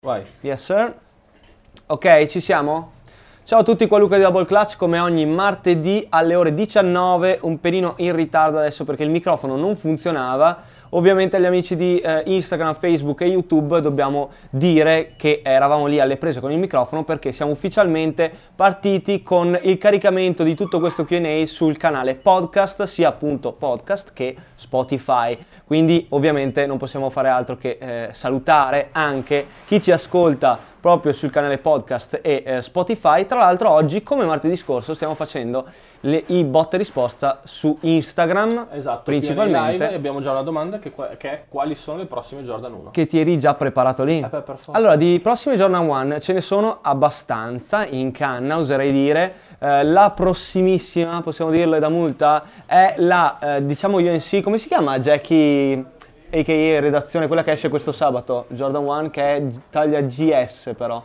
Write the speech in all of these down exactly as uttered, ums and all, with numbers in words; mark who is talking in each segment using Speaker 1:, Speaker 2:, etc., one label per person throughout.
Speaker 1: Vai.
Speaker 2: Yes sir. Ok, ci siamo? Ciao a tutti, qua Luca di Double Clutch, come ogni martedì alle ore diciannove, un pelino in ritardo adesso perché il microfono non funzionava. Ovviamente agli amici di eh, Instagram, Facebook e YouTube dobbiamo dire che eravamo lì alle prese con il microfono perché siamo ufficialmente partiti con il caricamento di tutto questo Q and A sul canale podcast, sia appunto podcast che Spotify. Quindi ovviamente non possiamo fare altro che eh, salutare anche chi ci ascolta proprio sul canale podcast e eh, Spotify. Tra l'altro oggi, come martedì scorso, stiamo facendo le, i botte risposta su Instagram,
Speaker 1: Esatto,
Speaker 2: principalmente.
Speaker 1: live, e abbiamo già una domanda che, che è: quali sono le prossime Jordan uno?
Speaker 2: Che ti eri già preparato lì.
Speaker 1: Eh beh, per forza.
Speaker 2: Allora, di prossime Jordan uno ce ne sono abbastanza in canna, oserei dire. Eh, la prossimissima, possiamo dirlo, è da multa, è la, eh, diciamo, U N C, come si chiama? Jackie, a k a redazione, quella che esce questo sabato, Jordan uno, che è taglia G S però.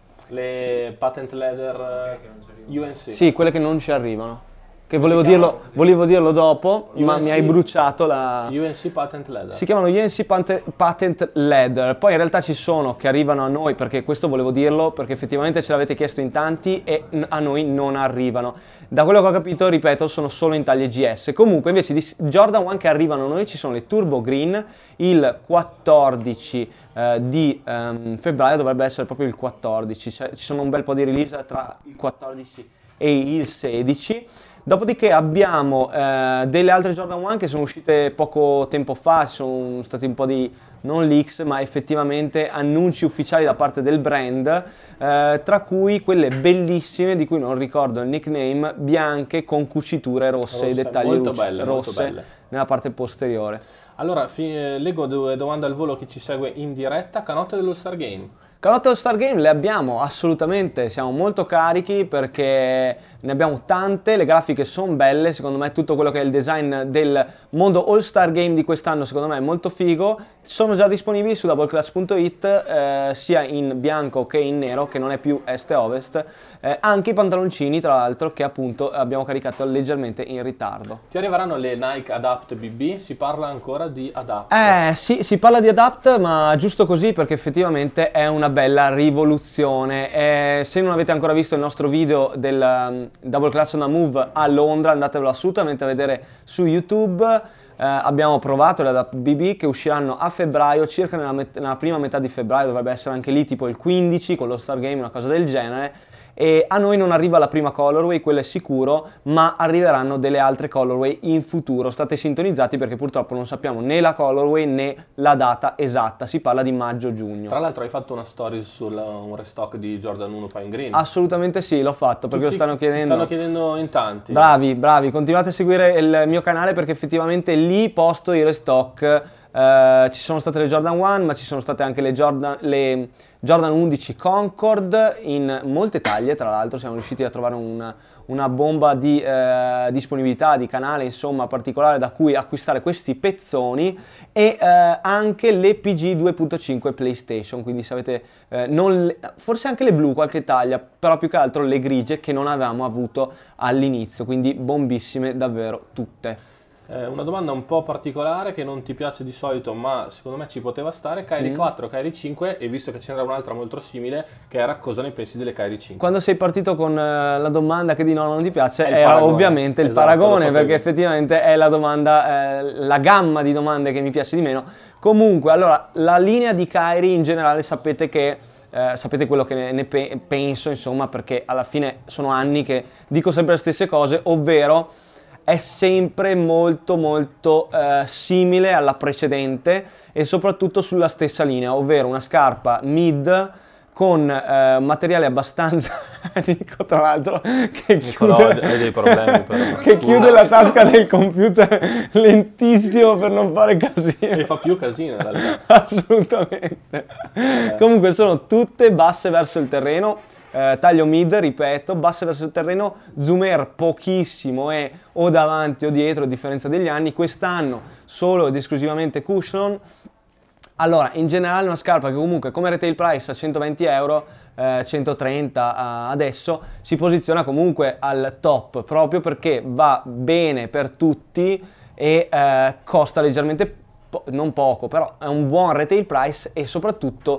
Speaker 1: Le patent leather uh, U N C.
Speaker 2: Sì, quelle che non ci arrivano. Che volevo dirlo, volevo dirlo dopo,
Speaker 1: U N C,
Speaker 2: ma mi hai bruciato la...
Speaker 1: U N C patent leather.
Speaker 2: Si chiamano U N C Patent, patent Leather, poi in realtà ci sono che arrivano a noi, perché questo volevo dirlo, perché effettivamente ce l'avete chiesto in tanti e a noi non arrivano. Da quello che ho capito, ripeto, sono solo in taglie G S. Comunque invece di Jordan uno che arrivano a noi ci sono le Turbo Green, il quattordici eh, di um, febbraio, dovrebbe essere proprio il quattordici, cioè, ci sono un bel po' di release tra il quattordici e il sedici. Dopodiché abbiamo eh, delle altre Jordan uno che sono uscite poco tempo fa, sono stati un po' di, non leaks, ma effettivamente annunci ufficiali da parte del brand, eh, tra cui quelle bellissime, di cui non ricordo il nickname, bianche con cuciture rosse,
Speaker 1: Rosse,
Speaker 2: e dettagli
Speaker 1: molto
Speaker 2: luci,
Speaker 1: belle, molto
Speaker 2: rosse
Speaker 1: belle.
Speaker 2: nella parte posteriore.
Speaker 1: Allora, fi- eh, leggo due domande al volo che ci segue in diretta. Canotte dello Star Game.
Speaker 2: Canotte dello Star Game le abbiamo assolutamente, siamo molto carichi perché ne abbiamo tante, le grafiche sono belle, secondo me tutto quello che è il design del mondo All Star Game di quest'anno secondo me è molto figo. Sono già disponibili su double clutch punto it eh, sia in bianco che in nero, che non è più est e ovest, eh, anche i pantaloncini tra l'altro che appunto abbiamo caricato leggermente in ritardo.
Speaker 1: Ti arriveranno le Nike Adapt B B? Si parla ancora di Adapt?
Speaker 2: Eh sì, si parla di Adapt, ma giusto così perché effettivamente è una bella rivoluzione. Eh, se non avete ancora visto il nostro video del um, Double Clutch on the Move a Londra, andatevelo assolutamente a vedere su YouTube. Eh, abbiamo provato le Adapt B B che usciranno a febbraio, circa nella, met- nella prima metà di febbraio, dovrebbe essere anche lì tipo il quindici con lo Star Game, una cosa del genere. E a noi non arriva la prima colorway, quello è sicuro, ma arriveranno delle altre colorway in futuro. State sintonizzati perché purtroppo non sappiamo né la colorway né la data esatta, si parla di maggio-giugno.
Speaker 1: Tra l'altro hai fatto una story su un restock di Jordan uno Pine Green.
Speaker 2: Assolutamente sì, l'ho fatto perché
Speaker 1: Tutti
Speaker 2: lo stanno chiedendo.
Speaker 1: Ti stanno chiedendo in tanti.
Speaker 2: Bravi, bravi, continuate a seguire il mio canale perché effettivamente lì posto i restock. Uh, ci sono state le Jordan uno, ma ci sono state anche le Jordan, le Jordan undici Concord in molte taglie, tra l'altro siamo riusciti a trovare una, una bomba di uh, disponibilità di canale insomma particolare da cui acquistare questi pezzoni, e uh, anche le P G due punto cinque PlayStation, quindi se avete uh, non le, forse anche le blu qualche taglia, però più che altro le grigie che non avevamo avuto all'inizio, quindi bombissime davvero tutte.
Speaker 1: Eh, una domanda un po' particolare che non ti piace di solito, ma secondo me ci poteva stare: Kyrie
Speaker 2: Mm.
Speaker 1: quattro, Kyrie cinque, e visto che ce n'era un'altra molto simile, che era cosa ne pensi delle Kyrie cinque?
Speaker 2: Quando sei partito con uh, la domanda che di no non ti piace,
Speaker 1: È il
Speaker 2: era
Speaker 1: paragone.
Speaker 2: ovviamente il
Speaker 1: Esatto,
Speaker 2: paragone,
Speaker 1: lo sapevo.
Speaker 2: perché effettivamente è la domanda, eh, la gamma di domande che mi piace di meno. Comunque, allora, la linea di Kyrie in generale sapete che eh, sapete quello che ne, ne pe- penso, insomma, perché alla fine sono anni che dico sempre le stesse cose, ovvero è sempre molto molto eh, simile alla precedente e soprattutto sulla stessa linea, ovvero una scarpa mid con eh, materiale abbastanza Nico tra l'altro che
Speaker 1: Nicolò,
Speaker 2: chiude,
Speaker 1: hai dei problemi però.
Speaker 2: che chiude la tasca del computer lentissimo per non fare casino.
Speaker 1: E fa più casino in realtà.
Speaker 2: Assolutamente.
Speaker 1: Eh.
Speaker 2: Comunque sono tutte basse verso il terreno. Eh, taglio mid, ripeto, basse verso il terreno, zoomer pochissimo e o davanti o dietro a differenza degli anni. Quest'anno solo ed esclusivamente cushion. Allora, in generale una scarpa che comunque come retail price a centoventi euro, eh, centotrenta eh, adesso, si posiziona comunque al top, proprio perché va bene per tutti e eh, costa leggermente, po- non poco, però è un buon retail price e soprattutto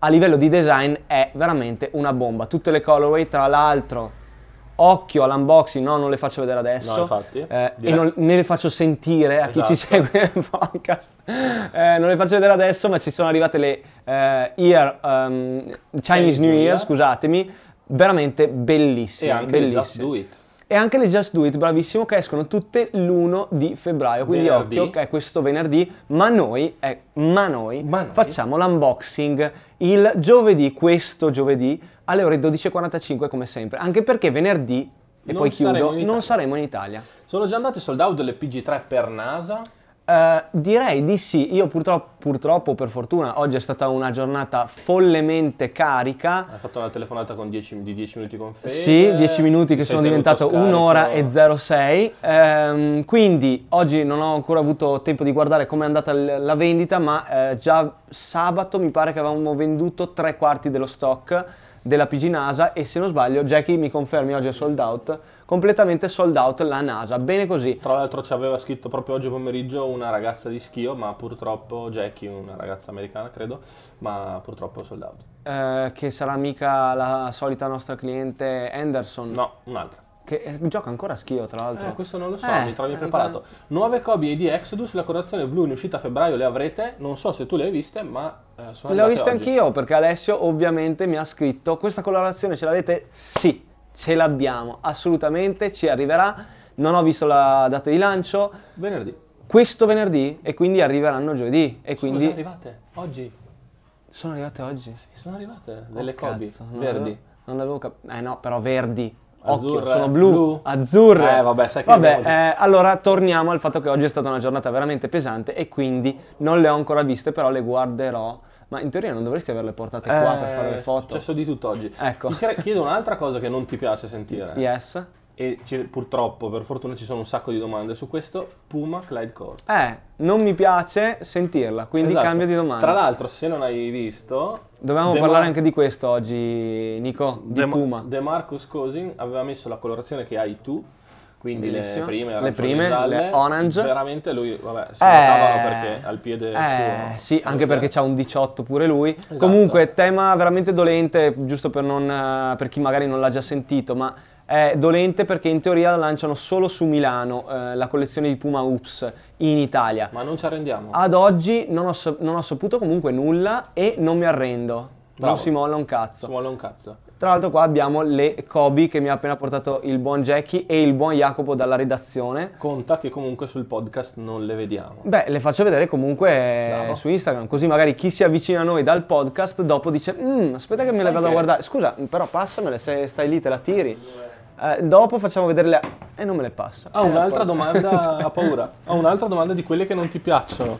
Speaker 2: a livello di design è veramente una bomba. Tutte le colorway, tra l'altro, occhio all'unboxing, no, non le faccio vedere adesso,
Speaker 1: no, infatti,
Speaker 2: eh, e non, ne le faccio sentire a
Speaker 1: esatto.
Speaker 2: chi ci segue nel podcast. Eh, non le faccio vedere adesso, ma ci sono arrivate le eh, Year, um, Chinese, Chinese New Year, Year, scusatemi, veramente bellissime.
Speaker 1: E anche
Speaker 2: bellissime.
Speaker 1: Just Do It.
Speaker 2: E anche le Just Do It, bravissimo, che escono tutte l'primo di febbraio, quindi
Speaker 1: venerdì.
Speaker 2: Occhio, che è questo venerdì, ma noi, eh, ma noi,
Speaker 1: ma noi
Speaker 2: facciamo l'unboxing il giovedì, questo giovedì, alle ore dodici e quarantacinque come sempre, anche perché venerdì, e
Speaker 1: non
Speaker 2: poi chiudo, non
Speaker 1: saremo
Speaker 2: saremo in Italia.
Speaker 1: Sono già andate sold out delle P G tre per NASA?
Speaker 2: Uh, direi di sì, io purtroppo, purtroppo, per fortuna, oggi è stata una giornata follemente carica.
Speaker 1: Hai fatto una telefonata con dieci, di dieci minuti con Fede.
Speaker 2: Sì, dieci minuti che sono diventato un'ora e zero sei, um, quindi oggi non ho ancora avuto tempo di guardare come è andata l- la vendita, ma uh, già sabato mi pare che avevamo venduto tre quarti dello stock della P G NASA e se non sbaglio, Jackie mi confermi, oggi è sold out, completamente sold out la NASA, bene così.
Speaker 1: Tra l'altro ci aveva scritto proprio oggi pomeriggio una ragazza di Schio, ma purtroppo Jackie, una ragazza americana credo, ma purtroppo è sold out.
Speaker 2: Eh, che sarà mica la solita nostra cliente Anderson?
Speaker 1: No, un'altra.
Speaker 2: Che eh, gioca ancora a Schio, tra l'altro.
Speaker 1: Eh, questo non lo so,
Speaker 2: Eh,
Speaker 1: mi trovi
Speaker 2: eh,
Speaker 1: preparato.
Speaker 2: ancora...
Speaker 1: Nuove Kobe di Exodus, la colorazione blu in uscita a febbraio le avrete, non so se tu le hai viste, ma eh, sono
Speaker 2: Le ho viste
Speaker 1: oggi.
Speaker 2: anch'io, perché Alessio ovviamente mi ha scritto, questa colorazione ce l'avete? Sì, ce l'abbiamo, assolutamente, ci arriverà. Non ho visto la data di lancio.
Speaker 1: Venerdì.
Speaker 2: Questo venerdì, e quindi arriveranno giovedì. E
Speaker 1: Sono
Speaker 2: quindi...
Speaker 1: già arrivate, oggi.
Speaker 2: Sono arrivate oggi?
Speaker 1: Sì, sono arrivate, delle
Speaker 2: Oh,
Speaker 1: Kobe,
Speaker 2: cazzo, non
Speaker 1: verdi.
Speaker 2: avevo- non l'avevo capito. Eh no, però verdi. Occhio,
Speaker 1: Azzurre,
Speaker 2: sono blu,
Speaker 1: blu.
Speaker 2: azzurre.
Speaker 1: Eh, vabbè, sai che
Speaker 2: Vabbè,
Speaker 1: abbiamo-
Speaker 2: eh, allora torniamo al fatto che oggi è stata una giornata veramente pesante e quindi non le ho ancora viste, però le guarderò. Ma in teoria non dovresti averle portate qua per fare le
Speaker 1: È
Speaker 2: foto.
Speaker 1: successo di tutto oggi.
Speaker 2: Ecco.
Speaker 1: Ti chie- chiedo un'altra cosa che non ti piace sentire.
Speaker 2: Yes.
Speaker 1: E ci- purtroppo, per fortuna, ci sono un sacco di domande su questo. Puma Clyde Court.
Speaker 2: Eh, non mi piace sentirla, quindi
Speaker 1: Esatto.
Speaker 2: cambio di domanda.
Speaker 1: Tra l'altro, se non hai visto...
Speaker 2: Dovevamo
Speaker 1: De
Speaker 2: parlare
Speaker 1: Mar-
Speaker 2: anche di questo oggi, Nico, di
Speaker 1: De,
Speaker 2: Puma.
Speaker 1: De Marcus Cousin aveva messo la colorazione che hai tu, quindi
Speaker 2: Bellissimo.
Speaker 1: le prime,
Speaker 2: Le
Speaker 1: arancioni
Speaker 2: prime,
Speaker 1: gialle.
Speaker 2: le orange.
Speaker 1: Veramente lui, vabbè, si
Speaker 2: Eh,
Speaker 1: notavano perché al piede
Speaker 2: eh,
Speaker 1: suo.
Speaker 2: sì, anche perché c'ha un diciotto pure lui.
Speaker 1: Esatto.
Speaker 2: Comunque, tema veramente dolente, giusto per, non, eh, per chi magari non l'ha già sentito, ma è dolente perché in teoria la lanciano solo su Milano, eh, la collezione di Puma Oops in Italia.
Speaker 1: Ma non ci arrendiamo.
Speaker 2: Ad oggi non ho, so- non ho saputo comunque nulla e non mi arrendo.
Speaker 1: Bravo.
Speaker 2: Non si molla un cazzo.
Speaker 1: Ci vuole un cazzo.
Speaker 2: Tra l'altro qua abbiamo le Kobe che mi ha appena portato il buon Jackie e il buon Jacopo dalla redazione.
Speaker 1: Conta che comunque sul podcast non le vediamo.
Speaker 2: Beh, le faccio vedere comunque
Speaker 1: Bravo.
Speaker 2: su Instagram, così magari chi si avvicina a noi dal podcast dopo dice "Mm, aspetta che me le
Speaker 1: Sai
Speaker 2: vado a
Speaker 1: che-
Speaker 2: guardare. Scusa, però passamele se stai lì, te la tiri. Eh, dopo facciamo vedere le... E non me le passa.
Speaker 1: Ah,
Speaker 2: Eh,
Speaker 1: un'altra
Speaker 2: poi-
Speaker 1: domanda, ha paura. Ho un'altra domanda di quelle che non ti piacciono.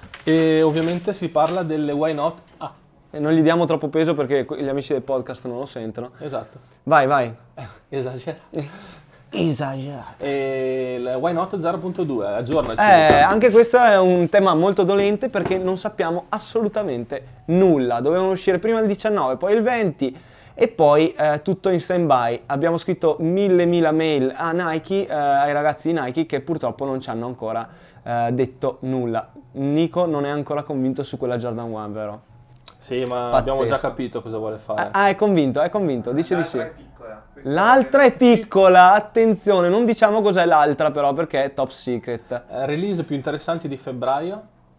Speaker 1: E ovviamente si parla delle why not? Ah,
Speaker 2: E non gli diamo troppo peso perché gli amici del podcast non lo sentono.
Speaker 1: esatto.
Speaker 2: Vai, vai.
Speaker 1: Esagerato.
Speaker 2: Esagerato.
Speaker 1: E il why not zero punto due, aggiornaci.
Speaker 2: Eh, anche questo è un tema molto dolente perché non sappiamo assolutamente nulla. Dovevano uscire prima il diciannove, poi il venti e poi eh, tutto in stand-by. Abbiamo scritto mille mila mail a Nike, eh, ai ragazzi di Nike che purtroppo non ci hanno ancora eh, detto nulla. Nico non è ancora convinto su quella Jordan uno, vero?
Speaker 1: Sì, ma
Speaker 2: Pazzesco.
Speaker 1: abbiamo già capito cosa vuole fare.
Speaker 2: Ah, è convinto, è convinto, dice di
Speaker 3: L'altra
Speaker 2: sì.
Speaker 3: è piccola. Questa
Speaker 2: L'altra è piccola, attenzione, non diciamo cos'è l'altra però perché è top secret.
Speaker 1: Eh, release più interessanti di febbraio.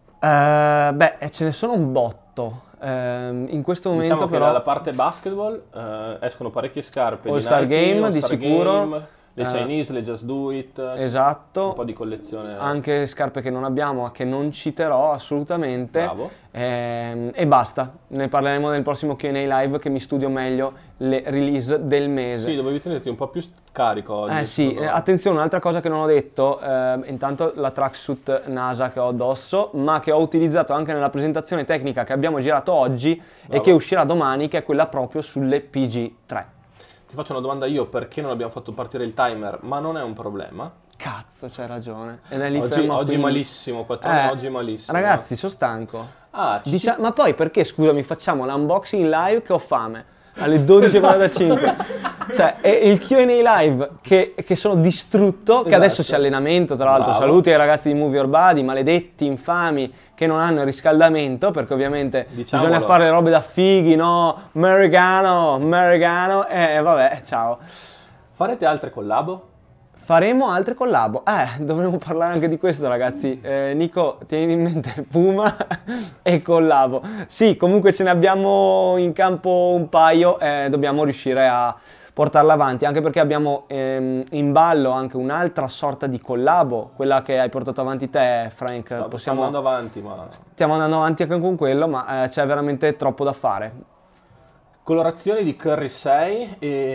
Speaker 2: Eh, beh, ce ne sono un botto. Ehm, in questo momento
Speaker 1: Diciamo che
Speaker 2: però
Speaker 1: dalla parte basketball eh, escono parecchie scarpe.
Speaker 2: All
Speaker 1: di
Speaker 2: Star
Speaker 1: Nike,
Speaker 2: Game,
Speaker 1: All
Speaker 2: di
Speaker 1: Star
Speaker 2: sicuro.
Speaker 1: Game, le
Speaker 2: Eh,
Speaker 1: Chinese, le Just Do It.
Speaker 2: esatto,
Speaker 1: Un po' di collezione.
Speaker 2: anche scarpe che non abbiamo, ma che non citerò assolutamente.
Speaker 1: Bravo.
Speaker 2: Ehm, e basta, ne parleremo nel prossimo Q and A live che mi studio meglio le release del mese.
Speaker 1: Sì, dovevi tenerti un po' più carico oggi.
Speaker 2: Eh sì,
Speaker 1: secondo
Speaker 2: eh,
Speaker 1: me.
Speaker 2: attenzione, un'altra cosa che non ho detto, ehm, intanto la tracksuit NASA che ho addosso, ma che ho utilizzato anche nella presentazione tecnica che abbiamo girato oggi e
Speaker 1: Bravo.
Speaker 2: che uscirà domani, che è quella proprio sulle P G tre.
Speaker 1: Ti faccio una domanda io, perché non abbiamo fatto partire il timer? Ma non è un problema.
Speaker 2: Cazzo, c'hai ragione. Ed è lì
Speaker 1: Oggi,
Speaker 2: fermo a
Speaker 1: oggi
Speaker 2: quindici.
Speaker 1: malissimo, quattro anni,
Speaker 2: Eh,
Speaker 1: oggi malissimo.
Speaker 2: Ragazzi, sono stanco.
Speaker 1: Ah, ci
Speaker 2: Dicia- Ma poi perché, scusami, facciamo l'unboxing live che ho fame? alle dodici e quarantacinque. Cioè, è il Q and A live che, che sono distrutto, che
Speaker 1: Esatto.
Speaker 2: adesso c'è allenamento, tra l'altro.
Speaker 1: Bravo.
Speaker 2: Saluti ai ragazzi di Move Your Body, maledetti, infami, che non hanno il riscaldamento, perché ovviamente
Speaker 1: Diciamolo.
Speaker 2: bisogna fare le robe da fighi, no? Americano, americano, e vabbè, ciao.
Speaker 1: Farete altre collabo?
Speaker 2: Faremo altre collabo. Eh, dovremmo parlare anche di questo, ragazzi. Eh, Nico, tieni in mente Puma e collabo. Sì, comunque ce ne abbiamo in campo un paio e dobbiamo riuscire a portarla avanti, anche perché abbiamo ehm, in ballo anche un'altra sorta di collabo, quella che hai portato avanti te, Frank.
Speaker 1: Stiamo
Speaker 2: Possiamo...
Speaker 1: andando avanti, ma...
Speaker 2: Stiamo andando avanti anche con quello, ma eh, c'è veramente troppo da fare.
Speaker 1: Colorazioni di Curry sei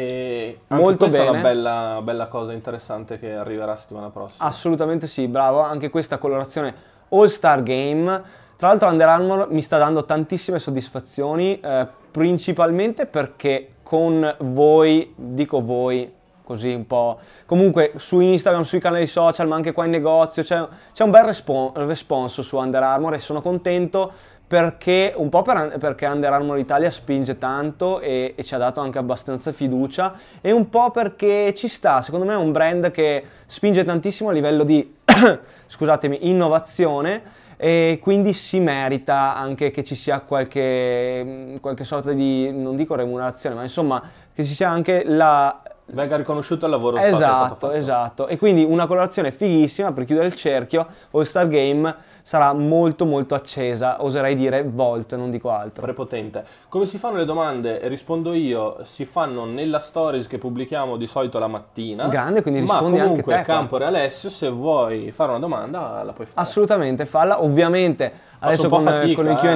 Speaker 1: e anche
Speaker 2: Molto
Speaker 1: questa è
Speaker 2: bene.
Speaker 1: una bella, bella cosa interessante che arriverà settimana prossima.
Speaker 2: Assolutamente sì, bravo, anche questa colorazione All-Star Game. Tra l'altro Under Armour mi sta dando tantissime soddisfazioni, eh, principalmente perché con voi, dico voi, così un po', comunque su Instagram, sui canali social, ma anche qua in negozio, c'è, c'è un bel respon- responso su Under Armour e sono contento perché un po' per, perché Under Armour Italia spinge tanto e, e ci ha dato anche abbastanza fiducia, e un po' perché ci sta, secondo me è un brand che spinge tantissimo a livello di scusatemi, innovazione, e quindi si merita anche che ci sia qualche, qualche sorta di, non dico remunerazione, ma insomma che ci sia anche la...
Speaker 1: Venga riconosciuto il lavoro stato
Speaker 2: Esatto,
Speaker 1: fatto.
Speaker 2: esatto. E quindi una colorazione fighissima per chiudere il cerchio. All Star Game sarà molto molto accesa, oserei dire volt, non dico altro.
Speaker 1: Prepotente. Come si fanno le domande? Rispondo io, si fanno nella stories che pubblichiamo di solito la mattina.
Speaker 2: Grande, quindi rispondi
Speaker 1: ma
Speaker 2: anche
Speaker 1: comunque
Speaker 2: te qua.
Speaker 1: Campore e Alessio, se vuoi fare una domanda la puoi fare.
Speaker 2: Assolutamente, falla. Ovviamente adesso
Speaker 1: un po'
Speaker 2: con,
Speaker 1: fatica,
Speaker 2: con il Q and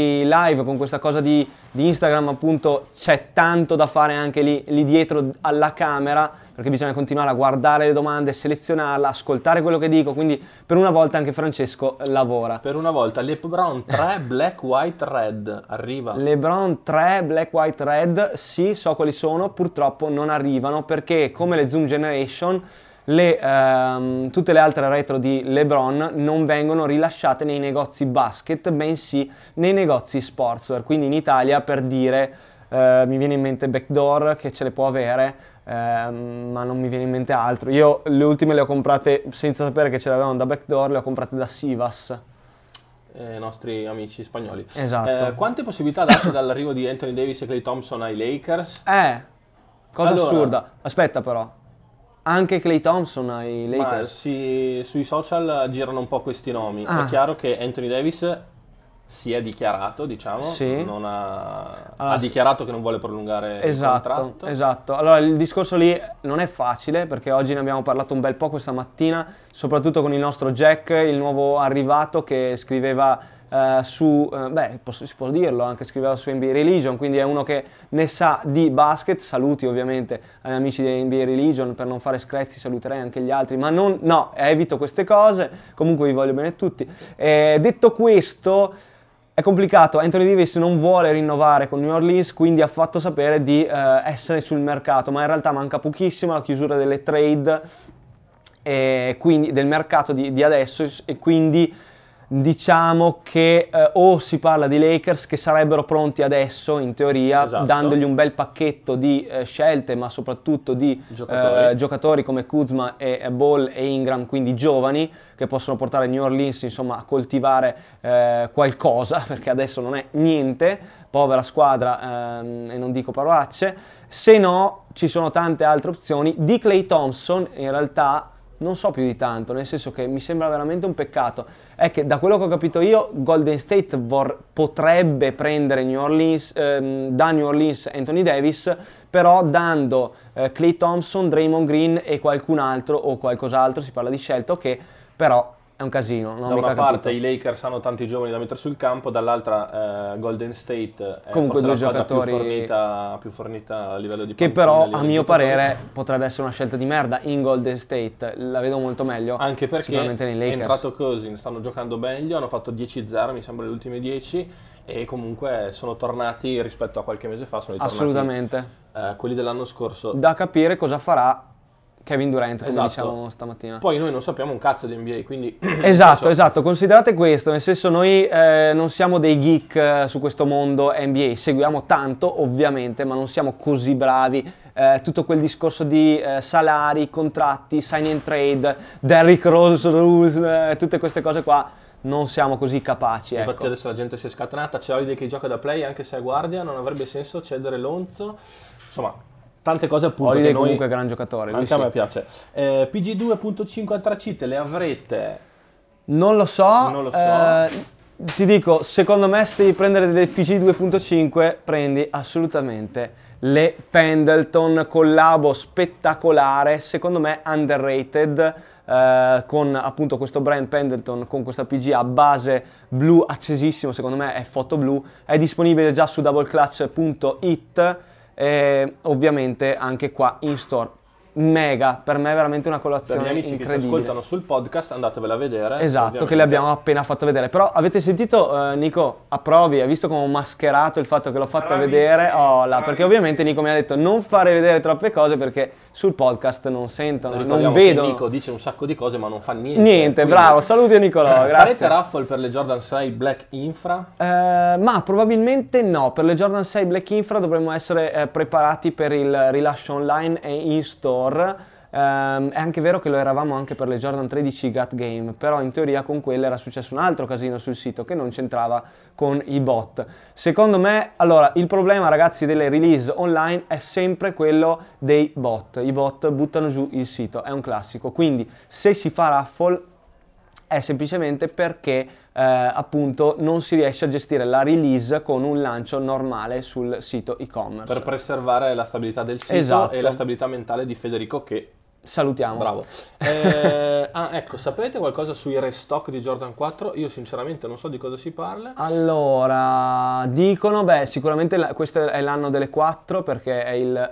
Speaker 2: A live, con questa cosa di, di Instagram appunto, c'è tanto da fare anche lì, lì dietro alla camera, perché bisogna continuare a guardare le domande, selezionarla, ascoltare quello che dico, quindi per una volta anche Francesco lavora.
Speaker 1: Per una volta LeBron tre Black, White, Red arriva.
Speaker 2: LeBron tre Black, White, Red, sì, so quali sono, purtroppo non arrivano perché come le Zoom Generation le, ehm, tutte le altre retro di LeBron non vengono rilasciate nei negozi basket, bensì nei negozi sportswear, quindi in Italia, per dire, eh, mi viene in mente Backdoor che ce le può avere, ehm, ma non mi viene in mente altro. Io le ultime le ho comprate senza sapere che ce le avevano da Backdoor, le ho comprate da Sivas.
Speaker 1: I nostri amici spagnoli.
Speaker 2: Esatto.
Speaker 1: Eh, quante possibilità date dall'arrivo di Anthony Davis e Klay Thompson ai Lakers?
Speaker 2: Eh, cosa
Speaker 1: Allora-
Speaker 2: assurda. Aspetta però, anche Klay Thompson ai
Speaker 1: Ma
Speaker 2: Lakers.
Speaker 1: si- sui social girano un po' questi nomi.
Speaker 2: Ah.
Speaker 1: È chiaro che Anthony Davis si è dichiarato, diciamo,
Speaker 2: Sì.
Speaker 1: non ha,
Speaker 2: Allora,
Speaker 1: ha dichiarato che non vuole prolungare il
Speaker 2: Esatto,
Speaker 1: contratto.
Speaker 2: esatto. Allora il discorso lì non è facile perché oggi ne abbiamo parlato un bel po' questa mattina, soprattutto con il nostro Jack, il nuovo arrivato che scriveva eh, su, eh, beh, posso- si può dirlo, anche scriveva su N B A Religion, quindi è uno che ne sa di basket. Saluti ovviamente agli amici di N B A Religion, per non fare screzi saluterei anche gli altri, ma non, no, evito queste cose, comunque vi voglio bene tutti. Eh, detto questo, è complicato, Anthony Davis non vuole rinnovare con New Orleans, quindi ha fatto sapere di eh, essere sul mercato, ma in realtà manca pochissimo alla chiusura delle trade, e quindi del mercato di, di adesso, e quindi diciamo che eh, o si parla di Lakers che sarebbero pronti adesso in teoria,
Speaker 1: Esatto.
Speaker 2: dandogli un bel pacchetto di eh, scelte, ma soprattutto di
Speaker 1: Giocatori.
Speaker 2: eh, giocatori come Kuzma e e Ball e Ingram, quindi giovani che possono portare New Orleans insomma a coltivare eh, qualcosa, perché adesso non è niente, povera squadra, ehm, e non dico parolacce. Se no ci sono tante altre opzioni. Di Klay Thompson in realtà non so più di tanto, nel senso che mi sembra veramente un peccato. È che da quello che ho capito io, Golden State vor- potrebbe prendere New Orleans, ehm, da New Orleans Anthony Davis, però dando eh, Klay Thompson, Draymond Green e qualcun altro o qualcos'altro, si parla di scelta, che però è un casino, non ho
Speaker 1: Da
Speaker 2: mica
Speaker 1: una parte
Speaker 2: capito.
Speaker 1: i Lakers hanno tanti giovani da mettere sul campo, dall'altra eh, Golden State è
Speaker 2: Comunque
Speaker 1: forse
Speaker 2: due
Speaker 1: la squadra
Speaker 2: giocatori-
Speaker 1: più fornita, più fornita a livello di
Speaker 2: Che
Speaker 1: panchina,
Speaker 2: però,
Speaker 1: livello
Speaker 2: a
Speaker 1: di
Speaker 2: mio
Speaker 1: giocatori.
Speaker 2: parere, potrebbe essere una scelta di merda in Golden State, la vedo molto meglio.
Speaker 1: Anche perché
Speaker 2: sicuramente nei
Speaker 1: è
Speaker 2: Lakers.
Speaker 1: entrato Cousins, stanno giocando meglio, hanno fatto dieci zero, mi sembra le ultime dieci, e comunque sono tornati rispetto a qualche mese fa, sono ritornati
Speaker 2: Assolutamente.
Speaker 1: eh, quelli dell'anno scorso.
Speaker 2: Da capire cosa farà Kevin Durant, come
Speaker 1: Esatto.
Speaker 2: diciamo stamattina.
Speaker 1: Poi noi non sappiamo un cazzo di N B A, quindi...
Speaker 2: Esatto,
Speaker 1: senso...
Speaker 2: esatto, considerate questo, nel senso noi eh, non siamo dei geek eh, su questo mondo N B A, seguiamo tanto ovviamente, ma non siamo così bravi. Eh, tutto quel discorso di eh, salari, contratti, sign and trade, Derrick Rose rules, eh, tutte queste cose qua, non siamo così capaci.
Speaker 1: Infatti
Speaker 2: Ecco.
Speaker 1: adesso la gente si è scatenata, c'è Holiday che gioca da play anche se è guardia, non avrebbe senso cedere Lonzo, insomma tante cose appunto
Speaker 2: Holiday
Speaker 1: che noi...
Speaker 2: comunque è gran giocatore, lui
Speaker 1: Anche a
Speaker 2: sì.
Speaker 1: me piace. Eh, P G due punto cinque antracite le avrete?
Speaker 2: Non lo so,
Speaker 1: Non lo so.
Speaker 2: eh, ti dico, secondo me se devi prendere delle P G due punto cinque prendi assolutamente le Pendleton, collabo spettacolare, secondo me underrated, eh, con appunto questo brand Pendleton con questa P G a base blu accesissimo, secondo me è foto blu, è disponibile già su double clutch punto it e ovviamente anche qua in store. Mega, per me è veramente una
Speaker 1: Per
Speaker 2: colazione
Speaker 1: gli amici che ci
Speaker 2: incredibile.
Speaker 1: ascoltano sul podcast andatevela a vedere.
Speaker 2: Esatto,
Speaker 1: ovviamente.
Speaker 2: che le abbiamo appena fatto vedere. Però avete sentito, eh, Nico, approvi, hai visto come ho mascherato il fatto che l'ho fatta
Speaker 3: Bravissimo,
Speaker 2: vedere? Oh, là, perché
Speaker 3: bravissimo.
Speaker 2: ovviamente Nico mi ha detto non fare vedere troppe cose perché sul podcast non sentono,
Speaker 1: Ricordiamo
Speaker 2: non
Speaker 1: che
Speaker 2: vedono.
Speaker 1: Nico dice un sacco di cose ma non fa niente.
Speaker 2: Niente,
Speaker 1: quindi-
Speaker 2: bravo, saluti a Nicolò,
Speaker 1: Farete
Speaker 2: grazie.
Speaker 1: raffle per le Jordan sei Black Infra?
Speaker 2: Eh, ma probabilmente no, per le Jordan sei Black Infra dovremmo essere eh, preparati per il rilascio online e in store. Ehm, è anche vero che lo eravamo anche per le Jordan tredici Gut Game, però in teoria con quelle era successo un altro casino sul sito che non c'entrava con i bot. Secondo me, allora, il problema ragazzi delle release online è sempre quello dei bot. I bot buttano giù il sito, è un classico. Quindi se si fa raffle è semplicemente perché eh, appunto non si riesce a gestire la release con un lancio normale sul sito e-commerce.
Speaker 1: Per preservare la stabilità del sito
Speaker 2: Esatto.
Speaker 1: e la stabilità mentale di Federico che...
Speaker 2: Salutiamo.
Speaker 1: Bravo. Eh, ah, ecco, sapete qualcosa sui restock di Jordan quattro? Io sinceramente non so di cosa si parla.
Speaker 2: Allora, dicono, beh, sicuramente la- questo è l'anno delle quattro perché è il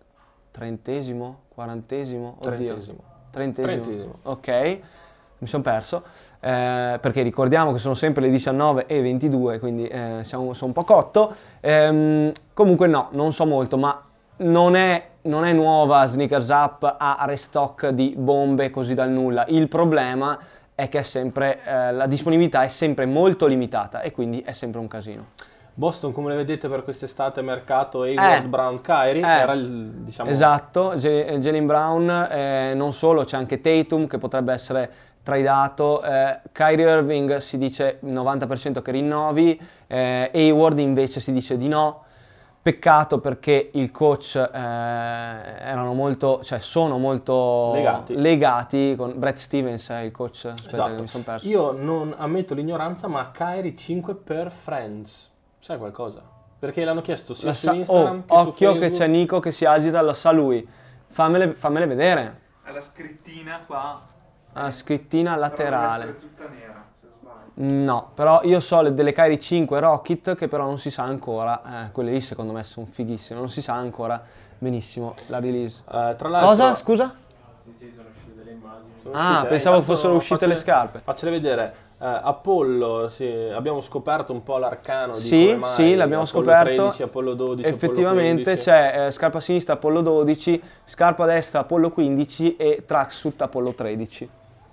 Speaker 2: trentesimo, quarantesimo, oddio.
Speaker 1: Trentesimo.
Speaker 2: Trentesimo.
Speaker 1: Trentesimo.
Speaker 2: Ok, mi sono perso. Eh, perché ricordiamo che sono sempre le diciannove e ventidue, quindi eh, siamo, sono un po' cotto. Ehm, comunque no, non so molto, ma non è, non è nuova Sneakers Up a restock di bombe così dal nulla. Il problema è che è sempre, eh, la disponibilità è sempre molto limitata e quindi è sempre un casino.
Speaker 1: Boston, come le vedete per quest'estate, mercato Hayward,
Speaker 2: Eh,
Speaker 1: Brown, Kyrie,
Speaker 2: eh,
Speaker 1: era il, diciamo...
Speaker 2: Esatto, J- Jaylen Brown, eh, non solo, c'è anche Tatum che potrebbe essere tradato, eh, Kyrie Irving si dice novanta per cento che rinnovi, eh, Hayward invece si dice di no. Peccato perché il coach eh, erano molto, cioè sono molto
Speaker 1: Legati.
Speaker 2: legati con Brad Stevens, è il coach, aspetta
Speaker 1: Esatto.
Speaker 2: che mi sono perso.
Speaker 1: Io non ammetto l'ignoranza, ma Kyrie cinque per Friends, sai qualcosa? Perché l'hanno chiesto sia
Speaker 2: La
Speaker 1: su
Speaker 2: sa-
Speaker 1: Instagram
Speaker 2: oh,
Speaker 1: che su
Speaker 2: occhio
Speaker 1: Facebook.
Speaker 2: che c'è Nico che si agita, lo sa lui. Fammele, fammele vedere.
Speaker 3: Alla scrittina qua.
Speaker 2: La scrittina
Speaker 3: Però deve
Speaker 2: laterale.
Speaker 3: essere tutta nera, se sbaglio.
Speaker 2: No, però io so le- delle Kyrie cinque Rocket che però non si sa ancora, eh, quelle lì secondo me sono fighissime, non si sa ancora benissimo la release.
Speaker 1: Eh, tra l'altro...
Speaker 2: Cosa? Scusa?
Speaker 4: Sì, sì, sono uscite delle immagini.
Speaker 1: sono
Speaker 2: Ah,
Speaker 1: uscite, eh,
Speaker 2: pensavo
Speaker 1: intanto
Speaker 2: fossero uscite
Speaker 1: faccele-
Speaker 2: le scarpe.
Speaker 1: Faccele vedere. Eh, Apollo, sì, abbiamo scoperto un po' l'arcano di
Speaker 2: Sì,
Speaker 1: come mai
Speaker 2: sì, l'abbiamo
Speaker 1: Apollo
Speaker 2: scoperto.
Speaker 1: tredici, Apollo dodici,
Speaker 2: Effettivamente
Speaker 1: Apollo quindici.
Speaker 2: c'è eh, scarpa sinistra Apollo dodici, scarpa destra Apollo quindici e tracksuit Apollo tredici.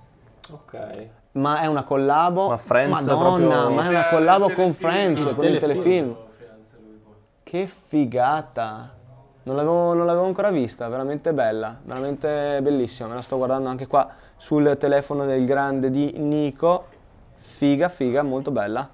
Speaker 1: Ok.
Speaker 2: Ma è una collabo?
Speaker 1: Ma Friends
Speaker 2: Madonna,
Speaker 1: proprio-
Speaker 2: ma è una
Speaker 3: Eh,
Speaker 2: collabo
Speaker 3: il
Speaker 2: con
Speaker 3: telefilm.
Speaker 2: Friends,
Speaker 1: Il
Speaker 2: con il
Speaker 1: telefilm.
Speaker 2: telefilm. Che figata! Non l'avevo, non l'avevo ancora vista, veramente bella, veramente bellissima. Me la sto guardando anche qua sul telefono del grande di Nico. Figa, figa, molto bella.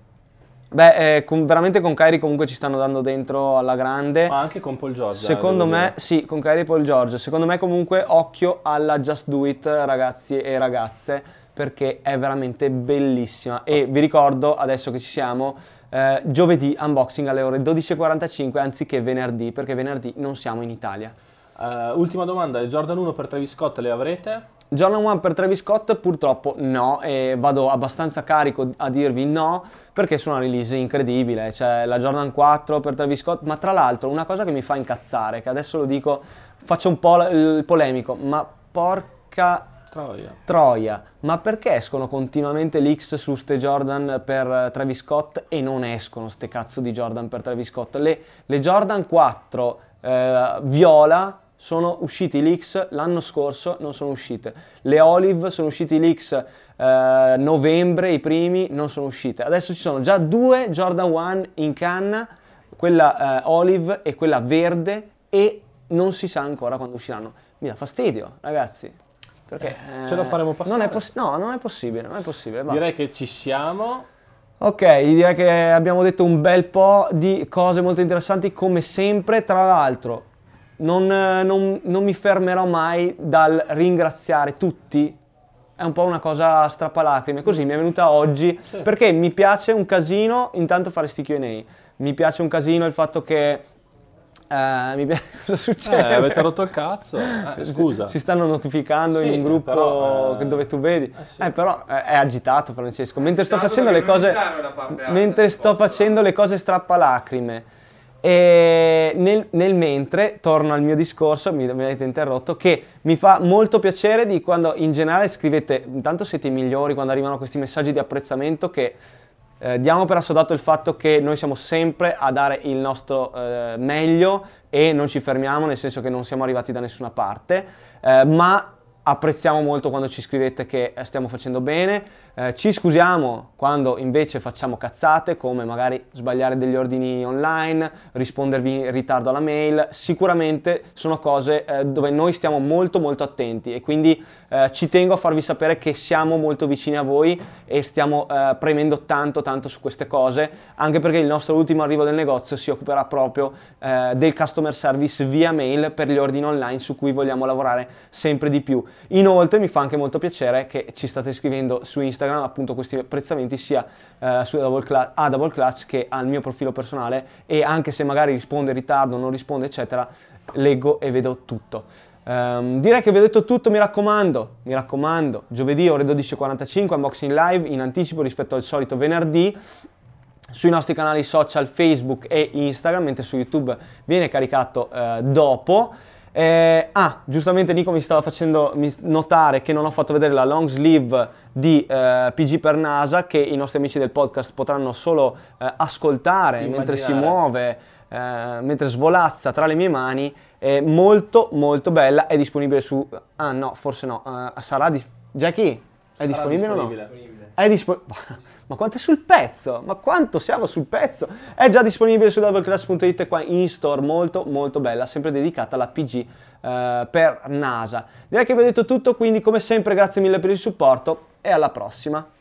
Speaker 2: Beh, eh, con- veramente con Kyrie comunque ci stanno dando dentro alla grande.
Speaker 1: Ma anche con Paul George. eh,
Speaker 2: Secondo
Speaker 1: devo
Speaker 2: me,
Speaker 1: dire.
Speaker 2: sì, con Kyrie e Paul George. Secondo me comunque occhio alla Just Do It, ragazzi e ragazze, perché è veramente bellissima. E vi ricordo, adesso che ci siamo, eh, giovedì unboxing alle ore dodici e quarantacinque anziché venerdì, perché venerdì non siamo in Italia.
Speaker 1: Eh, ultima domanda, il Jordan uno per Travis Scott le avrete?
Speaker 2: Jordan uno per Travis Scott purtroppo no, e vado abbastanza carico a dirvi no, perché sono una release incredibile, c'è la Jordan quattro per Travis Scott, ma tra l'altro una cosa che mi fa incazzare, che adesso lo dico, faccio un po' l- il polemico, ma porca
Speaker 1: Troia.
Speaker 2: troia, ma perché escono continuamente leaks su ste Jordan per Travis Scott e non escono ste cazzo di Jordan per Travis Scott? Le, le Jordan quattro eh, viola sono usciti i leaks l'anno scorso, non sono uscite. Le Olive sono usciti i leaks eh, novembre, i primi, non sono uscite. Adesso ci sono già due Jordan uno in canna, quella eh, Olive e quella verde, e non si sa ancora quando usciranno. Mi dà fastidio, ragazzi. Perché
Speaker 1: Eh, ce lo faremo passare.
Speaker 2: Non è poss- no, non è possibile, non è possibile. Basta.
Speaker 1: Direi che ci siamo.
Speaker 2: Ok, direi che abbiamo detto un bel po' di cose molto interessanti come sempre. Tra l'altro non, non- non mi fermerò mai dal ringraziare tutti. È un po' una cosa strappalacrime, così mi è venuta oggi,
Speaker 1: Sì.
Speaker 2: perché mi piace un casino intanto fare sti Q and A. Mi piace un casino il fatto che... eh, mi piace... Cosa
Speaker 1: Eh,
Speaker 2: succede?
Speaker 1: avete rotto il cazzo. Eh, scusa.
Speaker 2: Si stanno notificando
Speaker 1: Sì,
Speaker 2: in un gruppo
Speaker 1: però, eh,
Speaker 2: dove tu vedi.
Speaker 1: eh, sì.
Speaker 2: Eh, però eh, è agitato Francesco. Mentre sto
Speaker 3: Agitato
Speaker 2: facendo le
Speaker 3: perché non
Speaker 2: cose...
Speaker 3: gli serve la parte alta
Speaker 2: Mentre
Speaker 3: del
Speaker 2: sto
Speaker 3: posto,
Speaker 2: facendo le cose strappalacrime. E nel, nel mentre, torno al mio discorso, mi, mi avete interrotto, che mi fa molto piacere di quando in generale scrivete, intanto siete i migliori quando arrivano questi messaggi di apprezzamento, che eh, diamo per assodato il fatto che noi siamo sempre a dare il nostro eh, meglio e non ci fermiamo, nel senso che non siamo arrivati da nessuna parte, eh, ma apprezziamo molto quando ci scrivete che eh, stiamo facendo bene, eh, ci scusiamo quando invece facciamo cazzate, come magari sbagliare degli ordini online, rispondervi in ritardo alla mail. Sicuramente sono cose eh, dove noi stiamo molto molto attenti, e quindi eh, ci tengo a farvi sapere che siamo molto vicini a voi e stiamo eh, premendo tanto tanto su queste cose, anche perché il nostro ultimo arrivo del negozio si occuperà proprio eh, del customer service via mail per gli ordini online, su cui vogliamo lavorare sempre di più. Inoltre mi fa anche molto piacere che ci state scrivendo su Instagram appunto questi apprezzamenti sia eh, su Double Clutch, a Double Clutch che al mio profilo personale, e anche se magari risponde in ritardo, non risponde eccetera, leggo e vedo tutto. Um, direi che vi ho detto tutto, mi raccomando, mi raccomando, giovedì ore dodici e quarantacinque unboxing live in anticipo rispetto al solito venerdì, sui nostri canali social Facebook e Instagram, mentre su YouTube viene caricato eh, dopo. Eh, ah, giustamente Nico mi stava facendo notare che non ho fatto vedere la long sleeve di eh, P G per NASA, che i nostri amici del podcast potranno solo eh, ascoltare
Speaker 1: Immaginare.
Speaker 2: mentre si muove, eh, mentre svolazza tra le mie mani. È molto molto bella, è disponibile su... ah no, forse no, eh, sarà di... Jackie, è
Speaker 1: Sarà
Speaker 2: disponibile,
Speaker 1: disponibile.
Speaker 2: o no? È disponibile. Ma quanto è sul pezzo? Ma quanto siamo sul pezzo? È già disponibile su double clutch punto it qua in store, molto molto bella, sempre dedicata alla P G eh, per NASA. Direi che vi ho detto tutto, quindi come sempre grazie mille per il supporto e alla prossima.